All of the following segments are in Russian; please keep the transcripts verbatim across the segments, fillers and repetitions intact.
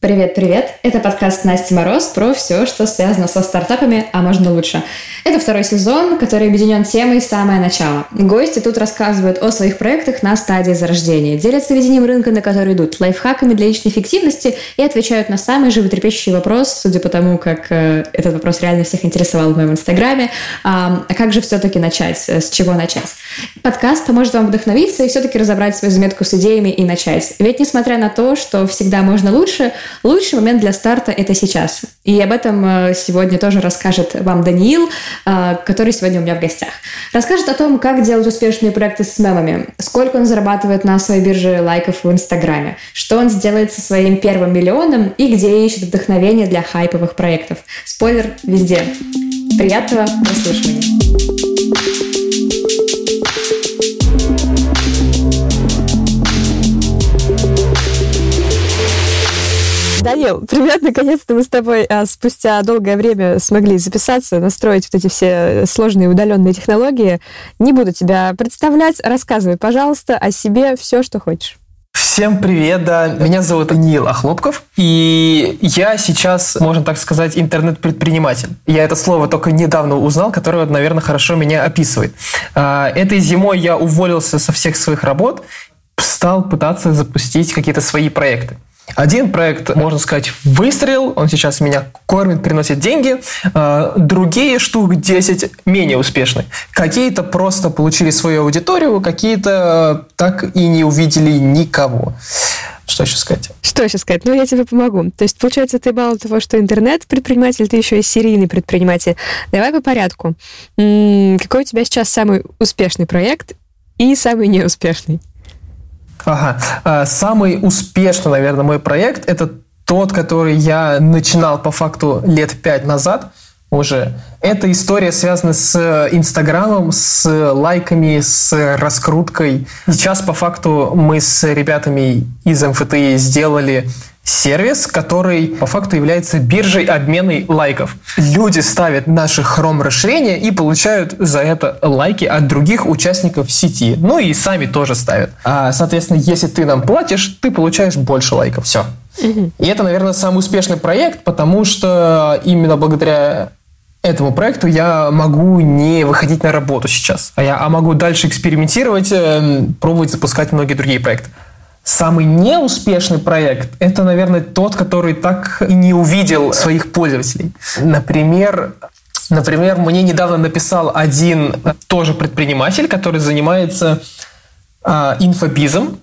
Привет-привет! Это подкаст Насти Мороз про все, что связано со стартапами, а можно лучше. Это второй сезон, который объединен темой «Самое начало». Гости тут рассказывают о своих проектах на стадии зарождения, делятся видением рынка, на который идут, лайфхаками для личной эффективности и отвечают на самый животрепещущий вопрос, судя по тому, как э, этот вопрос реально всех интересовал в моем инстаграме. А, а как же все-таки начать? С чего начать? Подкаст поможет вам вдохновиться и все-таки разобрать свою заметку с идеями и начать. Ведь несмотря на то, что всегда можно лучше, лучший момент для старта – это сейчас. И об этом сегодня тоже расскажет вам Даниил, который сегодня у меня в гостях. Расскажет о том, как делать успешные проекты с мемами, сколько он зарабатывает на своей бирже лайков в Инстаграме, что он сделает со своим первым миллионом и где ищет вдохновение для хайповых проектов. Спойлер везде. Приятного прослушивания. Данил, привет! Наконец-то мы с тобой а, спустя долгое время смогли записаться, настроить вот эти все сложные удаленные технологии. Не буду тебя представлять. Рассказывай, пожалуйста, о себе все, что хочешь. Всем привет, да. Меня зовут Даниил Охлопков, и я сейчас, можно так сказать, интернет-предприниматель. Я это слово только недавно узнал, которое, наверное, хорошо меня описывает. Этой зимой я уволился со всех своих работ, стал пытаться запустить какие-то свои проекты. Один проект, можно сказать, выстрелил, он сейчас меня кормит, приносит деньги. Другие штук десять менее успешны. Какие-то просто получили свою аудиторию, какие-то так и не увидели никого. Что еще сказать? Что еще сказать? Ну, я тебе помогу. То есть, получается, ты мало того, что интернет-предприниматель, ты еще и серийный предприниматель. Давай по порядку. Какой у тебя сейчас самый успешный проект и самый неуспешный? Ага. Самый успешный, наверное, мой проект – это тот, который я начинал по факту лет пять назад уже. Эта история связана с Инстаграмом, с лайками, с раскруткой. Сейчас по факту мы с ребятами из эм эф тэ и сделали сервис, который по факту является биржей обмена лайков. Люди ставят наши Chrome-расширения и получают за это лайки от других участников сети. Ну и сами тоже ставят. А, соответственно, если ты нам платишь, ты получаешь больше лайков. Все. Mm-hmm. И это, наверное, самый успешный проект, потому что именно благодаря этому проекту я могу не выходить на работу сейчас, а я а могу дальше экспериментировать, пробовать запускать многие другие проекты. Самый неуспешный проект – это, наверное, тот, который так и не увидел своих пользователей. Например, например, мне недавно написал один тоже предприниматель, который занимается э, инфобизом,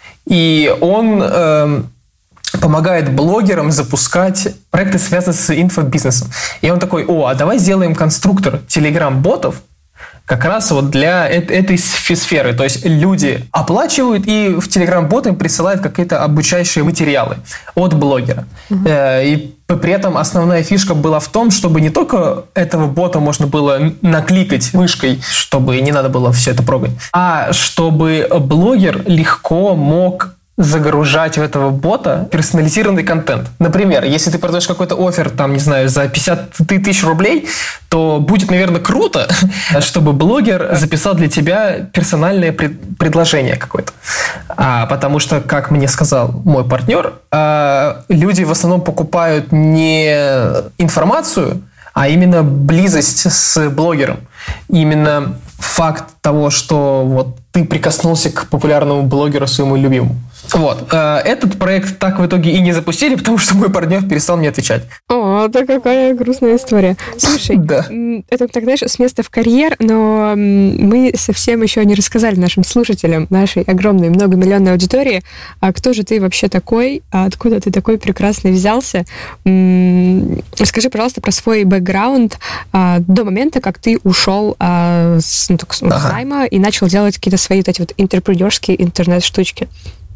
и он э, помогает блогерам запускать проекты, связанные с инфобизнесом. И он такой: о, а давай сделаем конструктор телеграм-ботов, как раз вот для этой сферы. То есть люди оплачивают и в Telegram-бот им присылают какие-то обучающие материалы от блогера. Uh-huh. И при этом основная фишка была в том, чтобы не только этого бота можно было накликать мышкой, чтобы не надо было все это пробовать, а чтобы блогер легко мог загружать в этого бота персонализированный контент. Например, если ты продаешь какой-то оффер, там, не знаю, за пятьдесят тысяч рублей, то будет, наверное, круто, чтобы блогер записал для тебя персональное пред- предложение какое-то. А, потому что, как мне сказал мой партнер, а, люди в основном покупают не информацию, а именно близость с блогером. Именно факт того, что вот ты прикоснулся к популярному блогеру, своему любимому. Вот. Этот проект так в итоге и не запустили, потому что мой партнер перестал мне отвечать. О, это какая грустная история. Слушай, да. Это, так знаешь, с места в карьер, но мы совсем еще не рассказали нашим слушателям, нашей огромной многомиллионной аудитории, а кто же ты вообще такой, а откуда ты такой прекрасный взялся. Расскажи, пожалуйста, про свой бэкграунд до момента, как ты ушел с, ну, с ага. найма и начал делать какие-то свои вот эти вот интерпренерские интернет-штучки.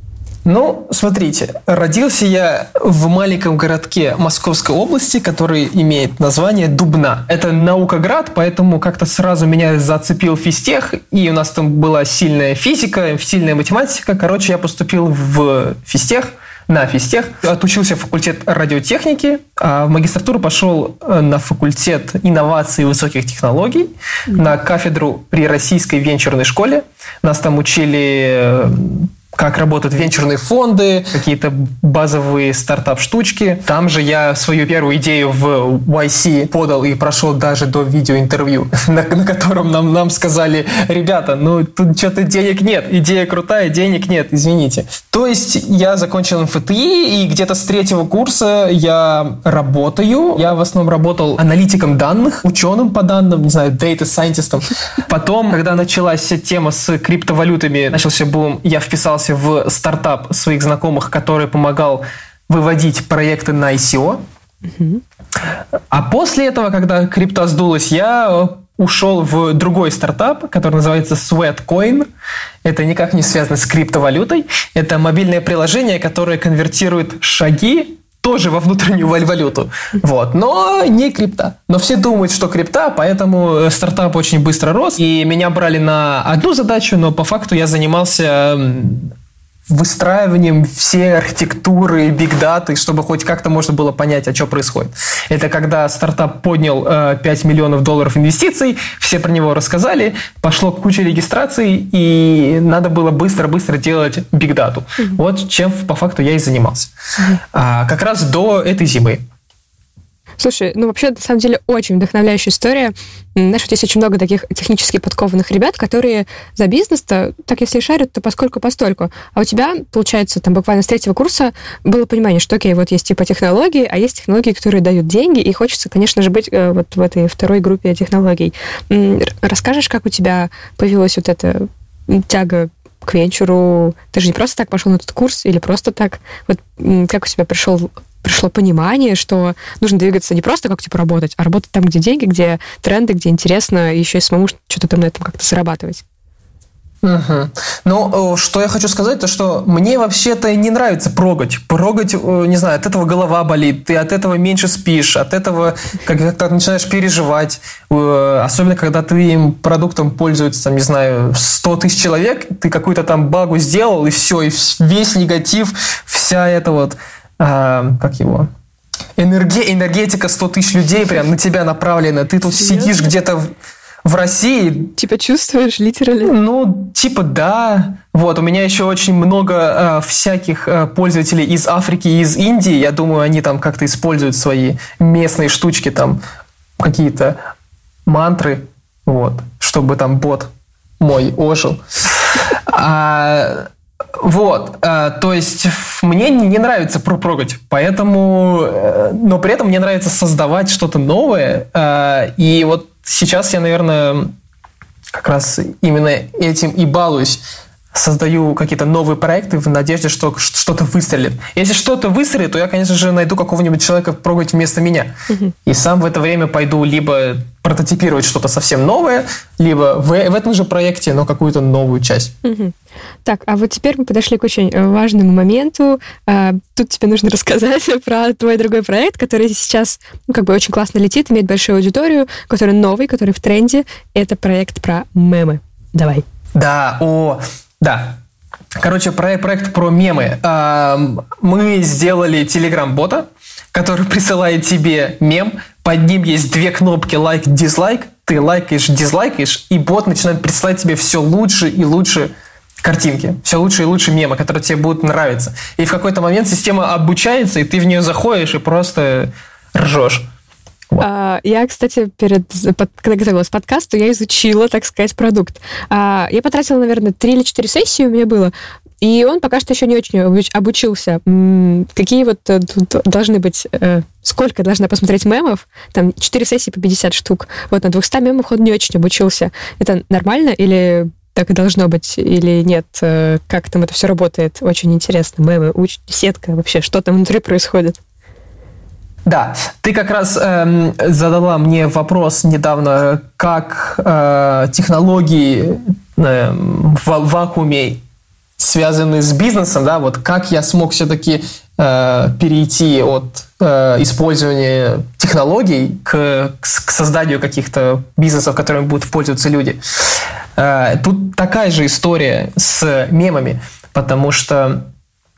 Ну, смотрите, родился я в маленьком городке Московской области, который имеет название Дубна. Это наукоград, поэтому как-то сразу меня зацепил физтех, и у нас там была сильная физика, сильная математика. Короче, я поступил в физтех, на физтех, отучился в факультет радиотехники, а в магистратуру пошел на факультет инноваций и высоких технологий, mm-hmm. на кафедру при Российской венчурной школе. Нас там учили как работают венчурные фонды, какие-то базовые стартап-штучки. Там же я свою первую идею в уай си подал и прошел даже до видеоинтервью, на, на котором нам, нам сказали: ребята, ну тут что-то денег нет, идея крутая, денег нет, извините. То есть я закончил эм эф тэ и, и где-то с третьего курса я работаю. Я в основном работал аналитиком данных, ученым по данным, не знаю, data scientist. Потом, когда началась тема с криптовалютами, начался бум, я вписался в стартап своих знакомых, который помогал выводить проекты на ай си о. Mm-hmm. А после этого, когда крипто сдулась, я ушел в другой стартап, который называется Sweatcoin. Это никак не связано с криптовалютой. Это мобильное приложение, которое конвертирует шаги тоже во внутреннюю валюту. Вот. Но не крипта. Но все думают, что крипта, поэтому стартап очень быстро рос. И меня брали на одну задачу, но по факту я занимался выстраиванием всей архитектуры, бигдаты, чтобы хоть как-то можно было понять, а что происходит. Это когда стартап поднял э, пять миллионов долларов инвестиций, все про него рассказали, пошло куча регистраций, и надо было быстро-быстро делать бигдату. Mm-hmm. Вот чем по факту я и занимался. Mm-hmm. А, как раз до этой зимы. Слушай, ну вообще, на самом деле, очень вдохновляющая история. Знаешь, вот есть очень много таких технически подкованных ребят, которые за бизнес-то, так если шарят, то поскольку-постольку. А у тебя, получается, там буквально с третьего курса было понимание, что, окей, вот есть типа технологии, а есть технологии, которые дают деньги, и хочется, конечно же, быть э, вот в этой второй группе технологий. Расскажешь, как у тебя появилась вот эта тяга к венчуру? Ты же не просто так пошел на этот курс или просто так? Вот как у тебя пришел... пришло понимание, что нужно двигаться не просто как типа работать, а работать там, где деньги, где тренды, где интересно, и еще и самому что-то там на этом как-то зарабатывать. Угу. Ну, что я хочу сказать, то что мне вообще-то не нравится прогать. Прогать, не знаю, от этого голова болит, ты от этого меньше спишь, от этого как-то начинаешь переживать. Особенно, когда твоим продуктом пользуются, там, не знаю, сто тысяч человек, ты какую-то там багу сделал, и все, и весь негатив, вся эта вот А, как его? Энерге, энергетика сто тысяч людей прям на тебя направлена. Ты тут Серьезно? Сидишь где-то в, в России. Типа чувствуешь, литерально? Ну, типа да. Вот, у меня еще очень много э, всяких э, пользователей из Африки и из Индии. Я думаю, они там как-то используют свои местные штучки, там какие-то мантры, вот, чтобы там бот мой ожил. А... Вот, э, то есть мне не, не нравится прогать, поэтому, э, но при этом мне нравится создавать что-то новое, э, и вот сейчас я, наверное, как раз именно этим и балуюсь. Создаю какие-то новые проекты в надежде, что что-то выстрелит. Если что-то выстрелит, то я, конечно же, найду какого-нибудь человека прогать вместо меня. Uh-huh. И сам в это время пойду либо прототипировать что-то совсем новое, либо в, в этом же проекте, но какую-то новую часть. Uh-huh. Так, а вот теперь мы подошли к очень важному моменту. Тут тебе нужно рассказать про твой другой проект, который сейчас ну, как бы очень классно летит, имеет большую аудиторию, который новый, который в тренде. Это проект про мемы. Давай. Да, о... Да. Короче, проект, проект про мемы. Мы сделали телеграм-бота, который присылает тебе мем. Под ним есть две кнопки лайк, дизлайк. Ты лайкаешь, дизлайкаешь, и бот начинает присылать тебе все лучше и лучше картинки, все лучше и лучше мемы, которые тебе будут нравиться. И в какой-то момент система обучается, и ты в нее заходишь и просто ржешь. Вот. А, я, кстати, перед, под, когда готовилась к подкасту, я изучила, так сказать, продукт. А, я потратила, наверное, три или четыре сессии у меня было, и он пока что еще не очень обучился. М-м, какие вот тут должны быть... Э, сколько должна посмотреть мемов? Там четыре сессии по пятьдесят штук. Вот на двухстах мемах он не очень обучился. Это нормально или так и должно быть, или нет? Как там это все работает? Очень интересно. Мемы, уч- сетка вообще, что там внутри происходит? Да, ты как раз э, задала мне вопрос недавно, как э, технологии э, в, в вакууме связаны с бизнесом, да, вот как я смог все-таки э, перейти от э, использования технологий к, к созданию каких-то бизнесов, которыми будут пользоваться люди. Э, тут такая же история с мемами, потому что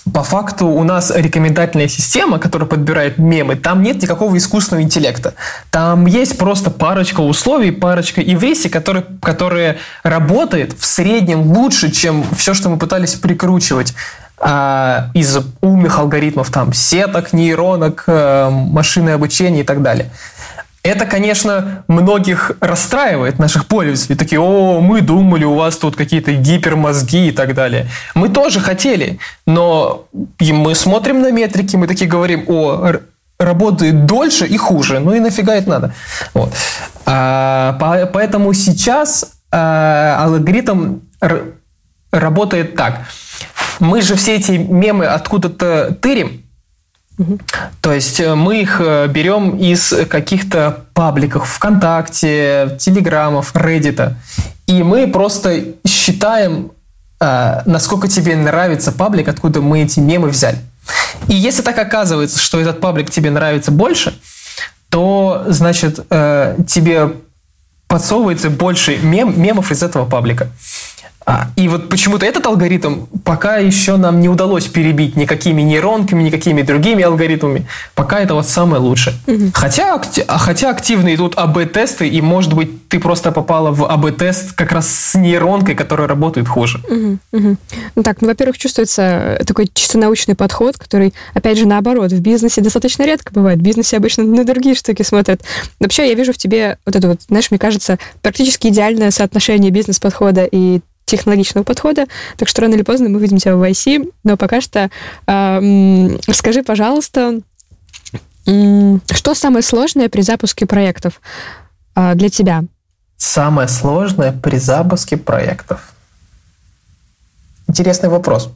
по факту у нас рекомендательная система, которая подбирает мемы, там нет никакого искусственного интеллекта. Там есть просто парочка условий, парочка эвристик, которые, которые работают в среднем лучше, чем все, что мы пытались прикручивать а, из умных алгоритмов, там, сеток, нейронок, а, машинное обучение и так далее. Это, конечно, многих расстраивает, наших пользователей. Такие: о, мы думали, у вас тут какие-то гипермозги и так далее. Мы тоже хотели, но мы смотрим на метрики, мы такие говорим: о, работает дольше и хуже, ну и нафига это надо? Вот. А, поэтому сейчас а, алгоритм р- работает так. Мы же все эти мемы откуда-то тырим. То есть мы их берем из каких-то пабликов ВКонтакте, Телеграмов, Реддита. И мы просто считаем, насколько тебе нравится паблик, откуда мы эти мемы взяли. И если так оказывается, что этот паблик тебе нравится больше, то, значит, тебе подсовывается больше мем, мемов из этого паблика. И вот почему-то этот алгоритм пока еще нам не удалось перебить никакими нейронками, никакими другими алгоритмами. Пока это вот самое лучшее. Угу. Хотя, хотя активно идут эй би-тесты, и, может быть, ты просто попала в эй би-тест как раз с нейронкой, которая работает хуже. Угу, угу. Ну так, ну, во-первых, чувствуется такой чисто научный подход, который, опять же, наоборот, в бизнесе достаточно редко бывает. В бизнесе обычно на другие штуки смотрят. Вообще, я вижу в тебе вот это вот, знаешь, мне кажется, практически идеальное соотношение бизнес-подхода и технологичного подхода, так что рано или поздно мы увидим тебя в вай си, но пока что э, скажи, пожалуйста, э, что самое сложное при запуске проектов э, для тебя? Самое сложное при запуске проектов? Интересный вопрос.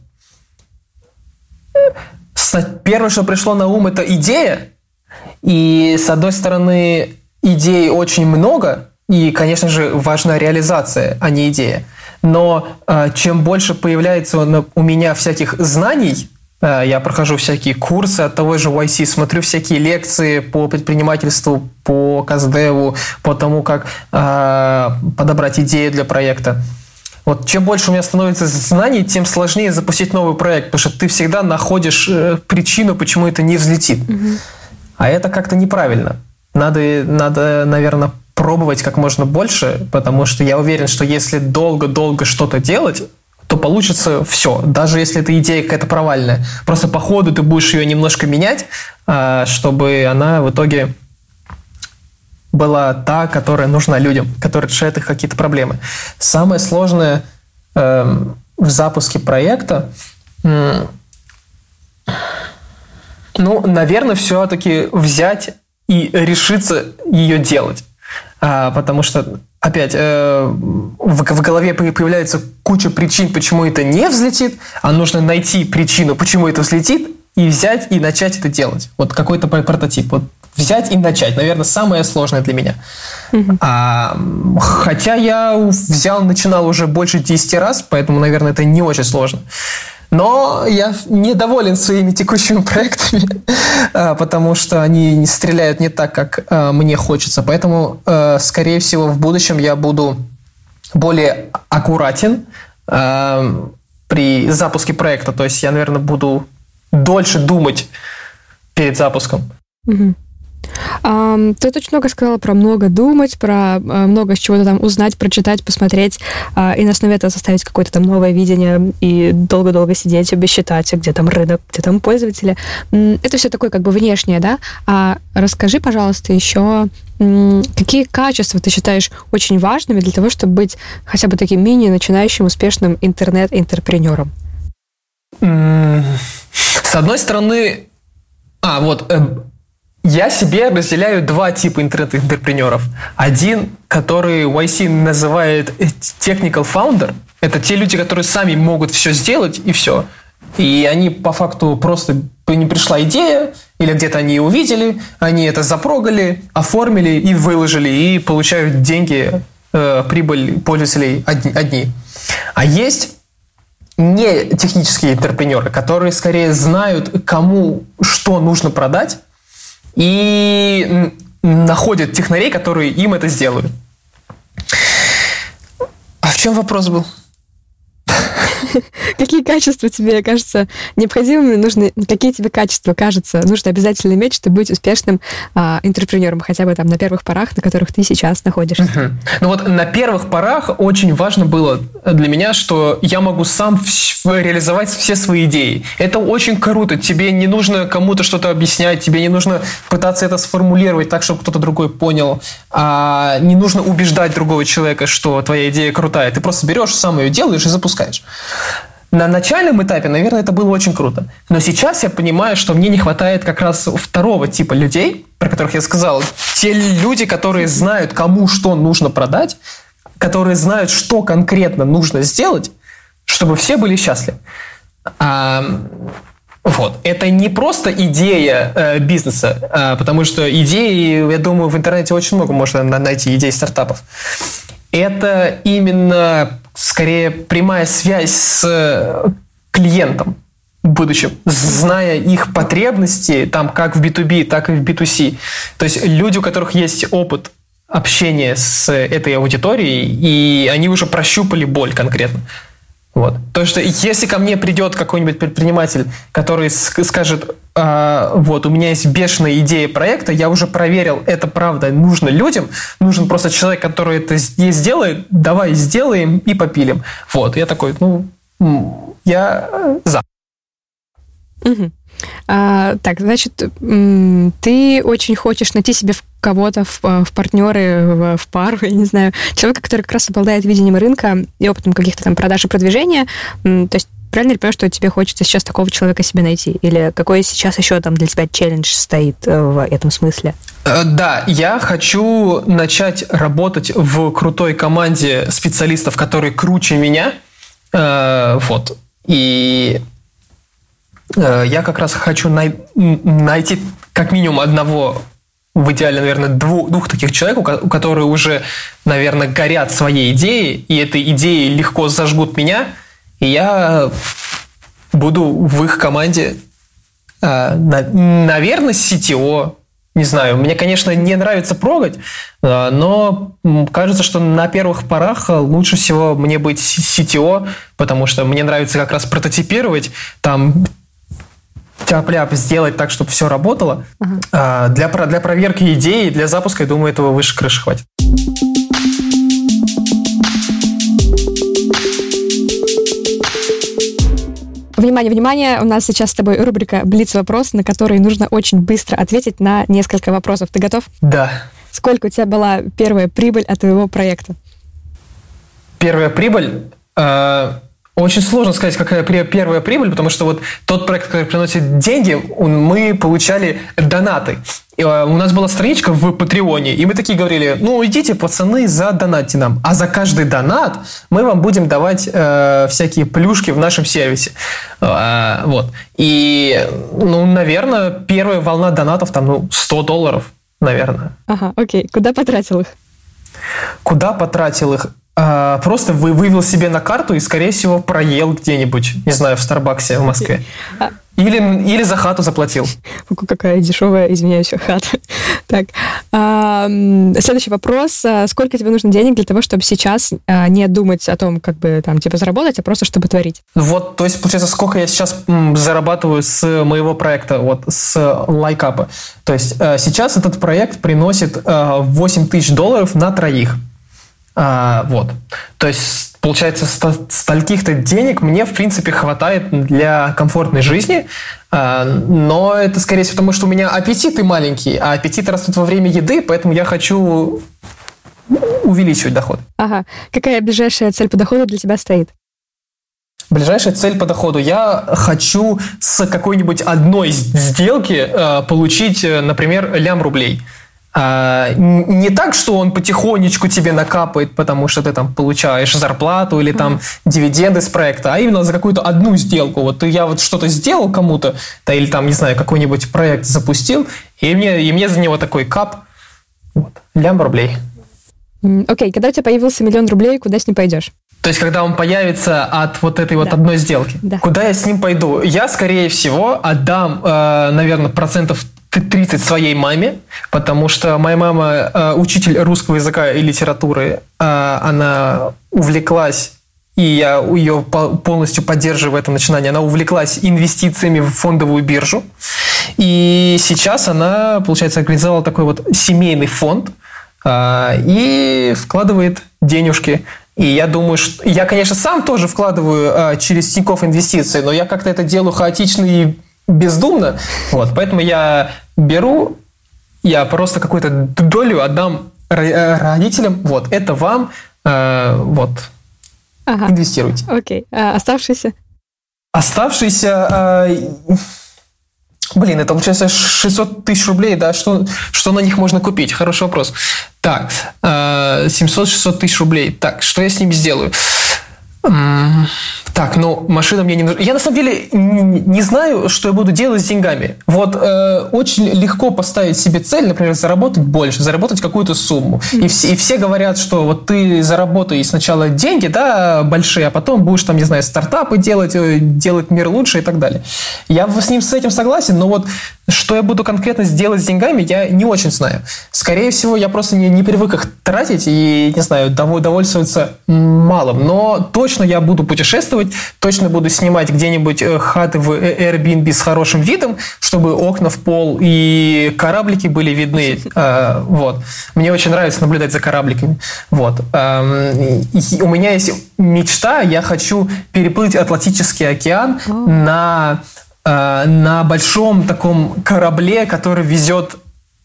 Первое, что пришло на ум, это идея, и, с одной стороны, идей очень много, и, конечно же, важна реализация, а не идея. Но э, чем больше появляется у, у меня всяких знаний, э, я прохожу всякие курсы от того же вай си, смотрю всякие лекции по предпринимательству, по каздеву, по тому, как э, подобрать идеи для проекта. Вот чем больше у меня становится знаний, тем сложнее запустить новый проект, потому что ты всегда находишь э, причину, почему это не взлетит. Mm-hmm. А это как-то неправильно. Надо, надо, наверное, пробовать как можно больше, потому что я уверен, что если долго-долго что-то делать, то получится все. Даже если эта идея какая-то провальная. Просто по ходу ты будешь ее немножко менять, чтобы она в итоге была та, которая нужна людям, которая решает их какие-то проблемы. Самое сложное э, в запуске проекта, э, ну, наверное, все-таки взять и решиться ее делать. А, потому что, опять, э, в, в голове появляется куча причин, почему это не взлетит, а нужно найти причину, почему это взлетит, и взять и начать это делать. Вот какой-то прототип. Вот взять и начать. Наверное, самое сложное для меня. Mm-hmm. А, хотя я взял, начинал уже больше десяти раз, поэтому, наверное, это не очень сложно. Но я недоволен своими текущими проектами, потому что они не стреляют не так, как мне хочется. Поэтому, скорее всего, в будущем я буду более аккуратен при запуске проекта. То есть я, наверное, буду дольше думать перед запуском. Угу. Um, ты очень много сказала про много думать, про uh, много с чего-то там узнать, прочитать, посмотреть, uh, и на основе этого составить какое-то там новое видение и долго-долго сидеть, обесчитать, где там рынок, где там пользователи. Um, это все такое как бы внешнее, да? А расскажи, пожалуйста, еще, um, какие качества ты считаешь очень важными для того, чтобы быть хотя бы таким мини-начинающим успешным интернет-интерпренером? Mm, с одной стороны... А, вот... Э... Я себе разделяю два типа интернет-интерпренеров. Один, который вай си называет technical founder. Это те люди, которые сами могут все сделать, и все. И они по факту просто... Не пришла идея, или где-то они ее увидели, они это запрогали, оформили и выложили, и получают деньги, э, прибыль пользователей одни, одни. А есть не технические интерпренеры, которые скорее знают, кому что нужно продать, и находят технарей, которые им это сделают. А в чем вопрос был? Какие качества тебе кажутся необходимыми, нужны, какие тебе качества, кажется, нужно обязательно иметь, чтобы быть успешным а, интерпренером, хотя бы там на первых порах, на которых ты сейчас находишься? Uh-huh. Ну вот на первых порах очень важно было для меня, что я могу сам реализовать все свои идеи. Это очень круто. Тебе не нужно кому-то что-то объяснять, тебе не нужно пытаться это сформулировать так, чтобы кто-то другой понял. А не нужно убеждать другого человека, что твоя идея крутая. Ты просто берешь, сам ее делаешь и запускаешь. На начальном этапе, наверное, это было очень круто. Но сейчас я понимаю, что мне не хватает как раз второго типа людей, про которых я сказал. Те люди, которые знают, кому что нужно продать, которые знают, что конкретно нужно сделать, чтобы все были счастливы. А, вот. Это не просто идея э, бизнеса, а, потому что идеи, я думаю, в интернете очень много можно найти идей стартапов. Это именно, скорее, прямая связь с клиентом в будущем, зная их потребности, там, как в би ту би, так и в би ту си. То есть люди, у которых есть опыт общения с этой аудиторией, и они уже прощупали боль конкретно. Вот. То, что если ко мне придет какой-нибудь предприниматель, который скажет, а, вот, у меня есть бешеная идея проекта, я уже проверил, это правда нужно людям, нужен просто человек, который это сделает, давай сделаем и попилим. Вот, я такой, ну, я за. Угу. А, так, значит, ты очень хочешь найти себе кого-то в, в партнеры, в, в пару, я не знаю, человека, который как раз обладает видением рынка и опытом каких-то там продаж и продвижения. То есть правильно ли понимаю, что тебе хочется сейчас такого человека себе найти? Или какой сейчас еще там для тебя челлендж стоит в этом смысле? Да, я хочу начать работать в крутой команде специалистов, которые круче меня. Вот. И я как раз хочу най- найти как минимум одного, в идеале, наверное, двух, двух таких человек, у которых уже, наверное, горят своей идеей, и этой идеей легко зажгут меня, и я буду в их команде, наверное, си ти о. Не знаю, мне, конечно, не нравится прогать, но кажется, что на первых порах лучше всего мне быть си ти о, потому что мне нравится как раз прототипировать, там тяп-ляп сделать так, чтобы все работало. Ага. Для, для проверки идеи, для запуска, я думаю, этого выше крыши хватит. Внимание, внимание, у нас сейчас с тобой рубрика «Блиц-вопрос», на который нужно очень быстро ответить на несколько вопросов. Ты готов? Да. Сколько у тебя была первая прибыль от твоего проекта? Первая прибыль... Э- Очень сложно сказать, какая первая прибыль, потому что вот тот проект, который приносит деньги, мы получали донаты. У нас была страничка в Патреоне, и мы такие говорили, ну, идите, пацаны, задонатьте нам. А за каждый донат мы вам будем давать э, всякие плюшки в нашем сервисе. Э, вот. И, ну, наверное, первая волна донатов, там, ну, сто долларов, наверное. Ага, окей. Куда потратил их? Куда потратил их? А, просто вы вывел себе на карту и, скорее всего, проел где-нибудь, не знаю, в Старбаксе в Москве. А... Или, или за хату заплатил. Какая дешевая, извиняюсь, хата. Так, а, следующий вопрос. Сколько тебе нужно денег для того, чтобы сейчас а, не думать о том, как бы там типа заработать, а просто чтобы творить? Вот, то есть, получается, сколько я сейчас м, зарабатываю с моего проекта, вот, с лайкапа. То есть, а, сейчас этот проект приносит а, восемь тысяч долларов на троих. А, вот. То есть, получается, стольких-то денег мне, в принципе, хватает для комфортной жизни, а, но это, скорее всего, потому что у меня аппетиты маленькие, а аппетиты растут во время еды, поэтому я хочу увеличивать доход. Ага. Какая ближайшая цель по доходу для тебя стоит? Ближайшая цель по доходу. Я хочу с какой-нибудь одной сделки а, получить, например, лям рублей. А, не так, что он потихонечку тебе накапает, потому что ты там получаешь зарплату или там дивиденды с проекта, а именно за какую-то одну сделку. Вот я вот что-то сделал кому-то, да, или там, не знаю, какой-нибудь проект запустил, и мне, и мне за него такой кап, вот, лям рублей. Окей, okay. Когда у тебя появился миллион рублей, куда с ним пойдешь? То есть, когда он появится от вот этой вот да. одной сделки. Да. Куда я с ним пойду? Я, скорее всего, отдам, э, наверное, процентов тридцать своей маме, потому что моя мама э, учитель русского языка и литературы, э, она увлеклась и я ее полностью поддерживаю в этом начинании. Она увлеклась инвестициями в фондовую биржу. И сейчас она, получается, организовала такой вот семейный фонд и вкладывает денежки. И я думаю, что... Я, конечно, сам тоже вкладываю через Тинькофф инвестиции, но я как-то это делаю хаотично и бездумно. Вот, поэтому я беру, я просто какую-то долю отдам родителям. Вот, это вам. Вот. Ага. Инвестируйте. Окей. А оставшиеся? Оставшиеся... Блин, это получается шестьсот тысяч рублей, да? Что, что на них можно купить? Хороший вопрос. Так, семьсот-шестьсот тысяч рублей. Так, что я с ними сделаю? Так, ну, машина мне не нужна. Я, на самом деле, не знаю, что я буду делать с деньгами. Вот э, очень легко поставить себе цель, например, заработать больше, заработать какую-то сумму. Mm-hmm. И, все, и все говорят, что вот ты заработай сначала деньги, да, большие, а потом будешь, там, не знаю, стартапы делать, делать мир лучше и так далее. Я с ним с этим согласен, но вот что я буду конкретно сделать с деньгами, я не очень знаю. Скорее всего, я просто не, не привык их тратить и, не знаю, довольствоваться малым. Но точно я буду путешествовать, точно буду снимать где-нибудь хаты в Airbnb с хорошим видом, чтобы окна в пол и кораблики были видны. Вот. Мне очень нравится наблюдать за корабликами. Вот. У меня есть мечта, я хочу переплыть Атлантический океан на... на большом таком корабле, который везет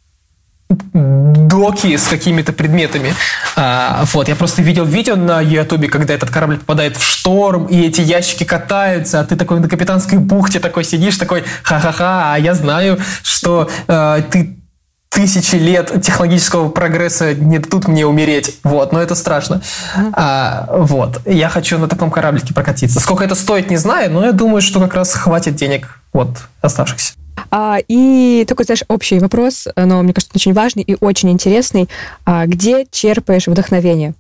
доки с какими-то предметами. А, вот, я просто видел видео на Ютубе, когда этот корабль попадает в шторм, и эти ящики катаются, а ты такой на капитанской бухте такой сидишь, такой ха-ха-ха, а я знаю, что э, ты тысячи лет технологического прогресса не дадут мне умереть. Вот, но это страшно. Mm-hmm. А, вот. Я хочу на таком кораблике прокатиться. Сколько это стоит, не знаю, но я думаю, что как раз хватит денег вот оставшихся. А, и такой, знаешь, общий вопрос, но мне кажется, очень важный и очень интересный. А где черпаешь вдохновение?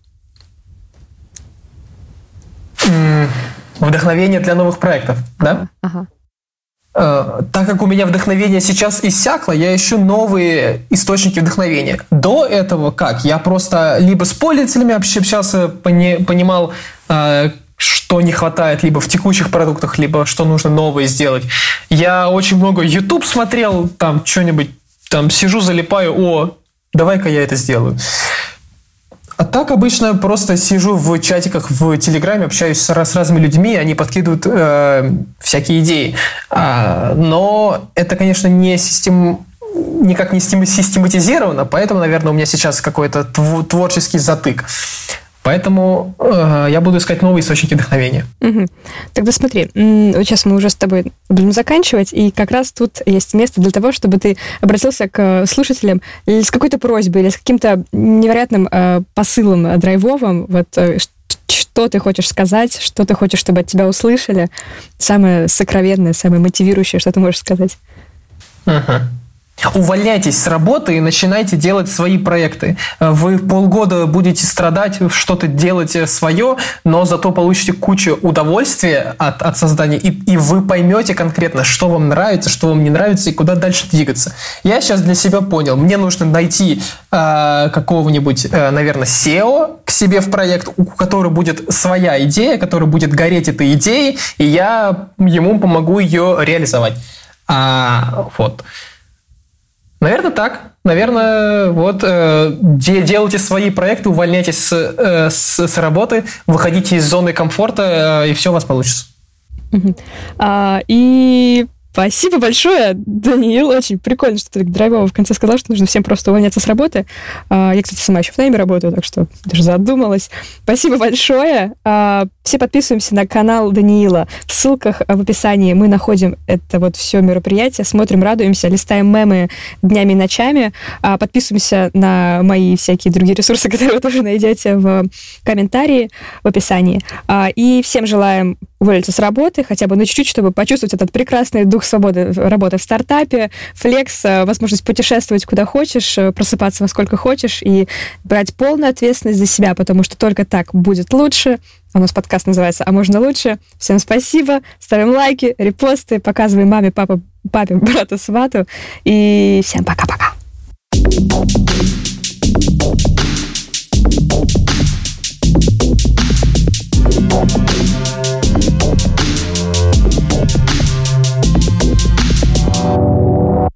Mm, вдохновение для новых проектов, ага, да? Ага. Так как у меня вдохновение сейчас иссякло, я ищу новые источники вдохновения. До этого как? Я просто либо с пользователями общался, пони, понимал, что не хватает либо в текущих продуктах, либо что нужно новое сделать. Я очень много YouTube смотрел, там что-нибудь, там сижу, залипаю, о, давай-ка я это сделаю. А так обычно просто сижу в чатиках в Телеграме, общаюсь с, с разными людьми, они подкидывают э, всякие идеи. А, но это, конечно, не систем... никак не систематизировано, поэтому, наверное, у меня сейчас какой-то тв- творческий затык. Поэтому э, я буду искать новые источники вдохновения. Угу. Тогда смотри, сейчас мы уже с тобой будем заканчивать, и как раз тут есть место для того, чтобы ты обратился к слушателям с какой-то просьбой или с каким-то невероятным э, посылом э, драйвовым, вот э, что ты хочешь сказать, что ты хочешь, чтобы от тебя услышали, самое сокровенное, самое мотивирующее, что ты можешь сказать. Угу. Увольняйтесь с работы и начинайте делать свои проекты. Вы полгода будете страдать, что-то делать свое, но зато получите кучу удовольствия от, от создания, и, и вы поймете конкретно, что вам нравится, что вам не нравится, и куда дальше двигаться. Я сейчас для себя понял, мне нужно найти э, какого-нибудь, э, наверное, сео к себе в проект, у которого будет своя идея, который будет гореть этой идеей, и я ему помогу ее реализовать. А, вот. Наверное, так. Наверное, вот э, делайте свои проекты, увольняйтесь с, э, с, с работы, выходите из зоны комфорта, э, и все у вас получится. Uh-huh. А, и спасибо большое, Даниил. Очень прикольно, что ты драйвово в конце сказал, что нужно всем просто увольняться с работы. А, я, кстати, сама еще в найме работаю, так что даже задумалась. Спасибо большое. А, все подписываемся на канал Даниила. В ссылках в описании мы находим это вот все мероприятие, смотрим, радуемся, листаем мемы днями и ночами. А, подписываемся на мои всякие другие ресурсы, которые вы тоже найдете в комментарии в описании. А, и всем желаем уволиться с работы, хотя бы на чуть-чуть, чтобы почувствовать этот прекрасный дух свободы работы в стартапе, флекс, возможность путешествовать куда хочешь, просыпаться во сколько хочешь и брать полную ответственность за себя, потому что только так будет лучше. У нас подкаст называется «А можно лучше». Всем спасибо, ставим лайки, репосты, показываем маме, папе, папе, брату, свату, и всем пока-пока.